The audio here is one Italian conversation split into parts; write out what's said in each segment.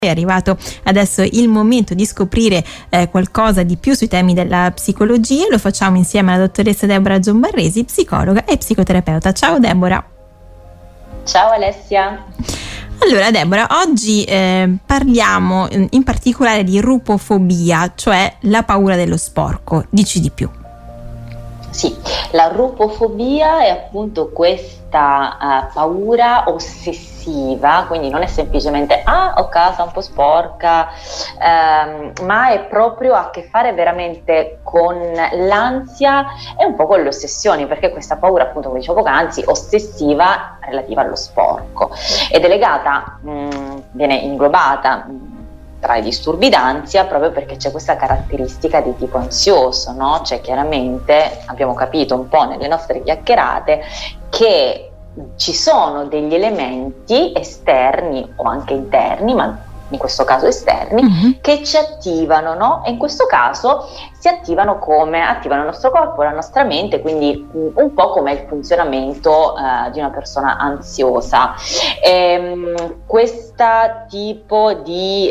È arrivato adesso il momento di scoprire qualcosa di più sui temi della psicologia. Lo facciamo insieme alla dottoressa Deborah Giombarresi, psicologa e psicoterapeuta. Ciao Deborah. Ciao Alessia. Allora Deborah, oggi parliamo in particolare di rupofobia, cioè la paura dello sporco. Dici di più. Sì, la rupofobia è appunto questa paura ossessiva, quindi non è semplicemente ho casa un po' sporca, ma è proprio a che fare veramente con l'ansia e un po' con le ossessioni, perché questa paura, appunto come dicevo poc'anzi, ossessiva relativa allo sporco ed è legata, viene inglobata tra i disturbi d'ansia proprio perché c'è questa caratteristica di tipo ansioso, no? Cioè chiaramente abbiamo capito un po' nelle nostre chiacchierate che ci sono degli elementi esterni o anche interni, ma in questo caso esterni, che ci attivano, no? E in questo caso si attivano attivano il nostro corpo, la nostra mente, quindi un po' come il funzionamento di una persona ansiosa. Questo tipo di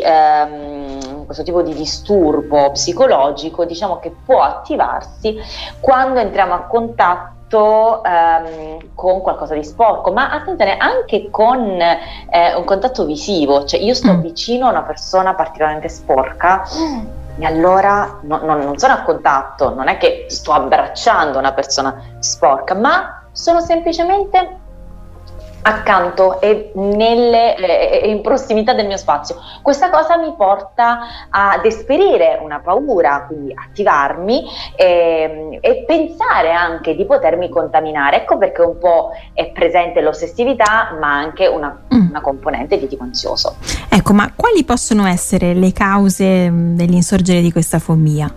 disturbo psicologico, diciamo che può attivarsi quando entriamo a contatto con qualcosa di sporco, ma attenzione anche con un contatto visivo, cioè io sto vicino a una persona particolarmente sporca e allora non sono a contatto, non è che sto abbracciando una persona sporca, ma sono semplicemente accanto e in prossimità del mio spazio. Questa cosa mi porta ad esperire una paura, quindi attivarmi e pensare anche di potermi contaminare. Ecco perché un po' è presente l'ossessività, ma anche una componente di tipo ansioso. Ecco, ma quali possono essere le cause dell'insorgere di questa fobia?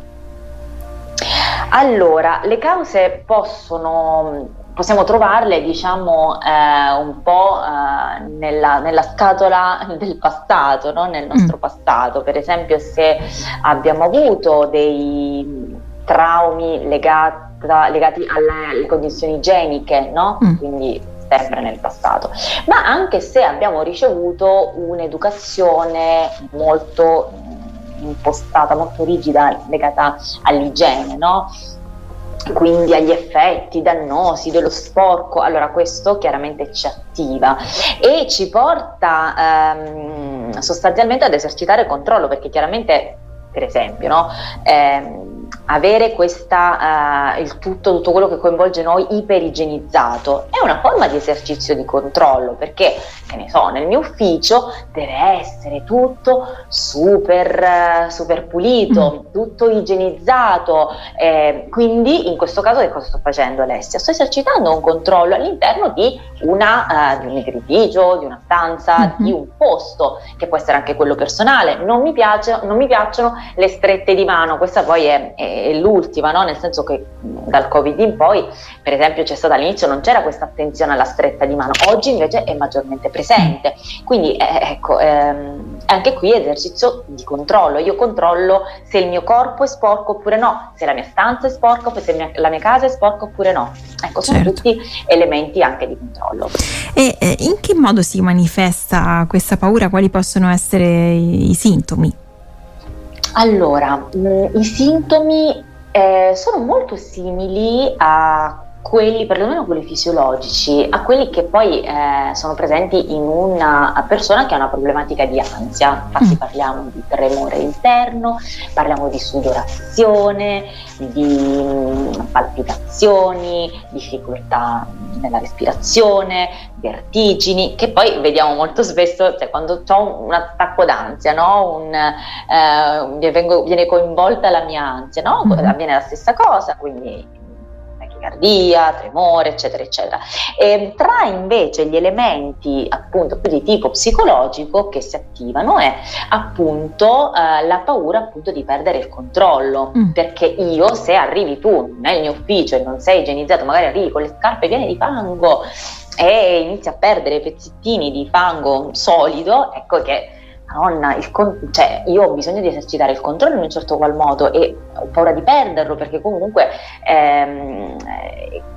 Allora, le cause possiamo trovarle, diciamo, un po' nella scatola del passato, no? Nel nostro passato. Per esempio, se abbiamo avuto dei traumi legati alle condizioni igieniche, no? Quindi sempre nel passato, ma anche se abbiamo ricevuto un'educazione molto impostata, molto rigida, legata all'igiene, no? Quindi agli effetti dannosi dello sporco, allora questo chiaramente ci attiva e ci porta sostanzialmente ad esercitare controllo, perché chiaramente, per esempio, no? Avere tutto quello che coinvolge noi iperigienizzato è una forma di esercizio di controllo, perché, che ne so, nel mio ufficio deve essere tutto super pulito, tutto igienizzato, quindi in questo caso che cosa sto facendo, Alessia? Sto esercitando un controllo all'interno di un edificio, di una stanza, di un posto, che può essere anche quello personale. Non mi piacciono le strette di mano, questa poi è l'ultima, no? Nel senso che dal Covid in poi, per esempio, c'è stata all'inizio, non c'era questa attenzione alla stretta di mano, oggi invece è maggiormente presente, quindi anche qui esercizio di controllo. Io controllo se il mio corpo è sporco oppure no, se la mia stanza è sporca, se la mia casa è sporca oppure no. Ecco, sono tutti elementi anche di controllo. E in che modo si manifesta questa paura? Quali possono essere i sintomi? Allora, i sintomi sono molto simili a quelli, perlomeno quelli fisiologici, a quelli che poi sono presenti in una persona che ha una problematica di ansia. Infatti parliamo di tremore interno, parliamo di sudorazione, di palpitazioni, difficoltà nella respirazione, vertigini, che poi vediamo molto spesso, cioè quando ho un attacco d'ansia, no? Viene coinvolta la mia ansia, no? Avviene la stessa cosa, quindi tachicardia, tremore, eccetera, eccetera. Tra invece gli elementi appunto più di tipo psicologico che si attivano è appunto la paura appunto di perdere il controllo, perché io, se arrivi tu nel mio ufficio e non sei igienizzato, magari arrivi con le scarpe piene di fango e inizi a perdere pezzettini di fango solido, ecco che Madonna, cioè io ho bisogno di esercitare il controllo in un certo qual modo e ho paura di perderlo, perché comunque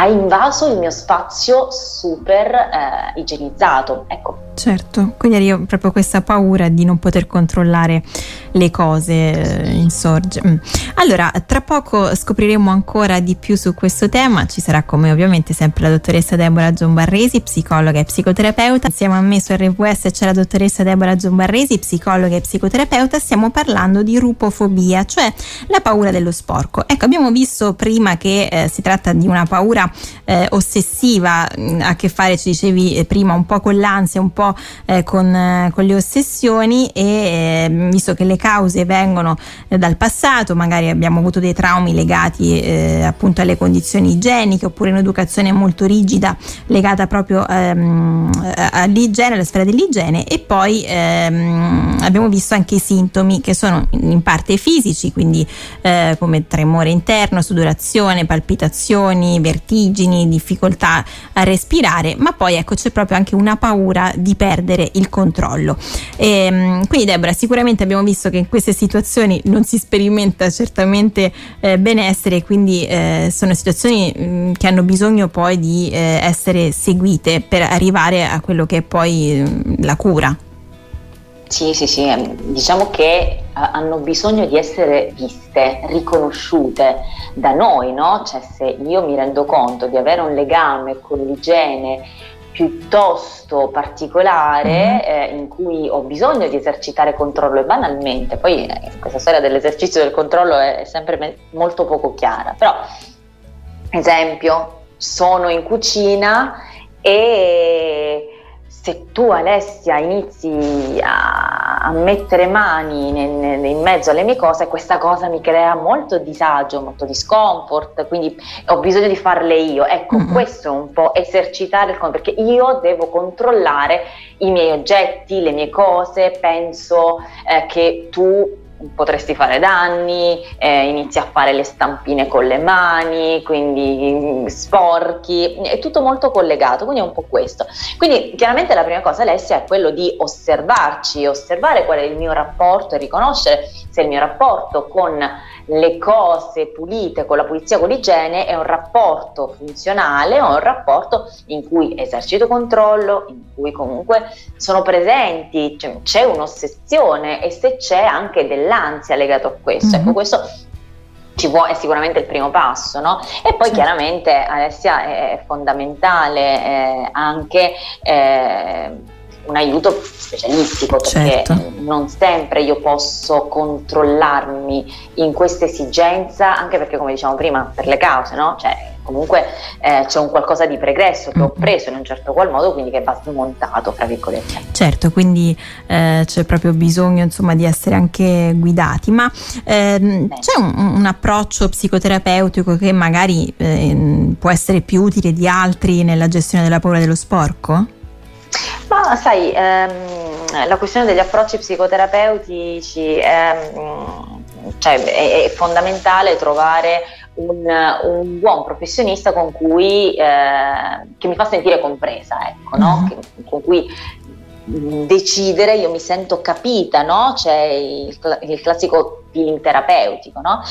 ha invaso il mio spazio super igienizzato, ecco. Certo, quindi io proprio questa paura di non poter controllare le cose insorge. Allora, tra poco scopriremo ancora di più su questo tema. Ci sarà come ovviamente sempre la dottoressa Deborah Giombarresi, psicologa e psicoterapeuta. Insieme a me su RVS c'è la dottoressa Deborah Giombarresi, psicologa e psicoterapeuta. Stiamo parlando di rupofobia, cioè la paura dello sporco. Ecco, abbiamo visto prima che si tratta di una paura ossessiva, a che fare, ci dicevi prima, un po' con l'ansia, un po' con le ossessioni, e visto che le cause vengono dal passato, magari abbiamo avuto dei traumi legati appunto alle condizioni igieniche, oppure un'educazione molto rigida legata proprio all'igiene, alla sfera dell'igiene, e poi abbiamo visto anche i sintomi che sono in parte fisici, quindi come tremore interno, sudorazione, palpitazioni, vertigini, difficoltà a respirare, ma poi ecco c'è proprio anche una paura di perdere il controllo. Quindi Deborah, sicuramente abbiamo visto che in queste situazioni non si sperimenta certamente benessere, quindi sono situazioni che hanno bisogno poi di essere seguite per arrivare a quello che è poi la cura. Sì, diciamo che hanno bisogno di essere viste, riconosciute da noi, no? Cioè, se io mi rendo conto di avere un legame con l'igiene piuttosto particolare, in cui ho bisogno di esercitare controllo, e banalmente, poi questa storia dell'esercizio del controllo è sempre molto poco chiara, però esempio, sono in cucina e se tu, Alessia, inizi a mettere mani in mezzo alle mie cose, questa cosa mi crea molto disagio, molto discomfort, quindi ho bisogno di farle io. Ecco, questo è un po' esercitare il controllo, perché io devo controllare i miei oggetti, le mie cose, penso che tu potresti fare danni, inizi a fare le stampine con le mani, quindi sporchi, è tutto molto collegato, quindi è un po' questo. Quindi chiaramente la prima cosa, Alessia, è quello di osservarci, osservare qual è il mio rapporto e riconoscere se il mio rapporto con le cose pulite, con la pulizia, con l'igiene è un rapporto funzionale o un rapporto in cui esercito controllo, in cui comunque sono presenti, cioè, c'è un'ossessione, e se c'è anche dell'ansia legato a questo. Ecco, questo è sicuramente il primo passo, no? E poi chiaramente, Alessia, è fondamentale anche un aiuto specialistico, perché non sempre io posso controllarmi in questa esigenza, anche perché, come diciamo prima, per le cause, no? Cioè comunque c'è un qualcosa di pregresso che ho preso in un certo qual modo, quindi che va smontato, fra virgolette. Certo, quindi c'è proprio bisogno, insomma, di essere anche guidati, ma c'è un approccio psicoterapeutico che magari può essere più utile di altri nella gestione della paura dello sporco? Ma sai, la questione degli approcci psicoterapeutici cioè è fondamentale trovare un buon professionista con cui che mi fa sentire compresa, ecco, no? Con cui decidere, io mi sento capita, no? C'è il classico feeling terapeutico, no?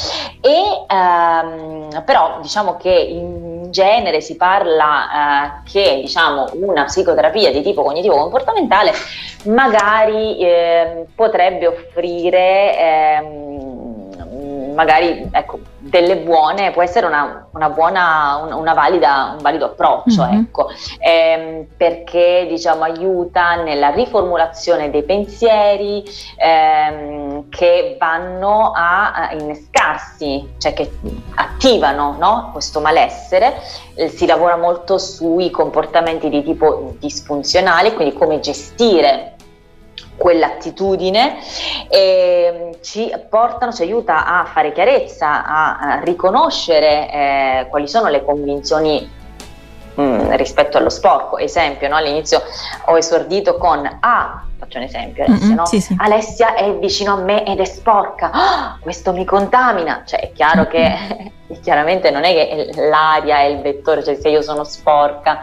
E però diciamo che in genere si parla che, diciamo, una psicoterapia di tipo cognitivo-comportamentale magari potrebbe offrire magari, ecco, delle buone, può essere un valido approccio, ecco, perché, diciamo, aiuta nella riformulazione dei pensieri che vanno a innescarsi, cioè che attivano, no, questo malessere. Si lavora molto sui comportamenti di tipo disfunzionale, quindi come gestire quell'attitudine, e ci aiuta a fare chiarezza, a riconoscere quali sono le convinzioni rispetto allo sporco. Esempio, no? All'inizio ho esordito con faccio un esempio, Alessia, no? Sì. Alessia è vicino a me ed è sporca, questo mi contamina. Cioè è chiaro che chiaramente non è che l'aria è il vettore, cioè se io sono sporca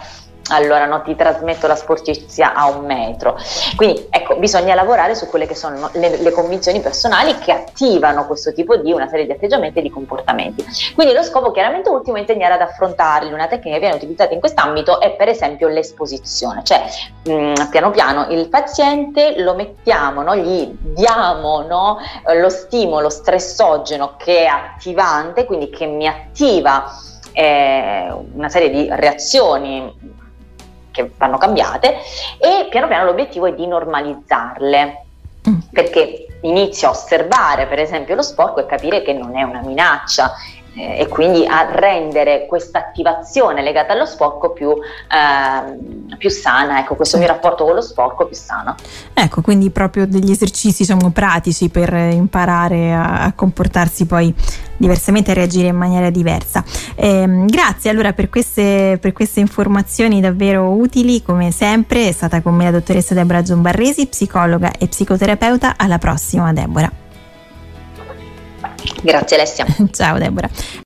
allora no, ti trasmetto la sporcizia a 1 metro. Quindi ecco, bisogna lavorare su quelle che sono le convinzioni personali che attivano questo tipo di una serie di atteggiamenti e di comportamenti. Quindi lo scopo chiaramente ultimo è insegnare ad affrontarli. Una tecnica che viene utilizzata in quest'ambito è per esempio l'esposizione, cioè piano piano il paziente lo mettiamo, no? Gli diamo, no? Lo stimolo stressogeno che è attivante, quindi che mi attiva una serie di reazioni che vanno cambiate, e piano piano l'obiettivo è di normalizzarle, perché inizio a osservare per esempio lo sporco e capire che non è una minaccia, e quindi a rendere questa attivazione legata allo sporco più sana, ecco, questo mio rapporto con lo sporco più sano. Ecco, quindi proprio degli esercizi, diciamo, pratici per imparare a comportarsi poi diversamente, a reagire in maniera diversa. Grazie allora per queste informazioni davvero utili, come sempre. È stata con me la dottoressa Deborah Giombarresi, psicologa e psicoterapeuta. Alla prossima, Deborah. Grazie Alessia. Ciao Deborah.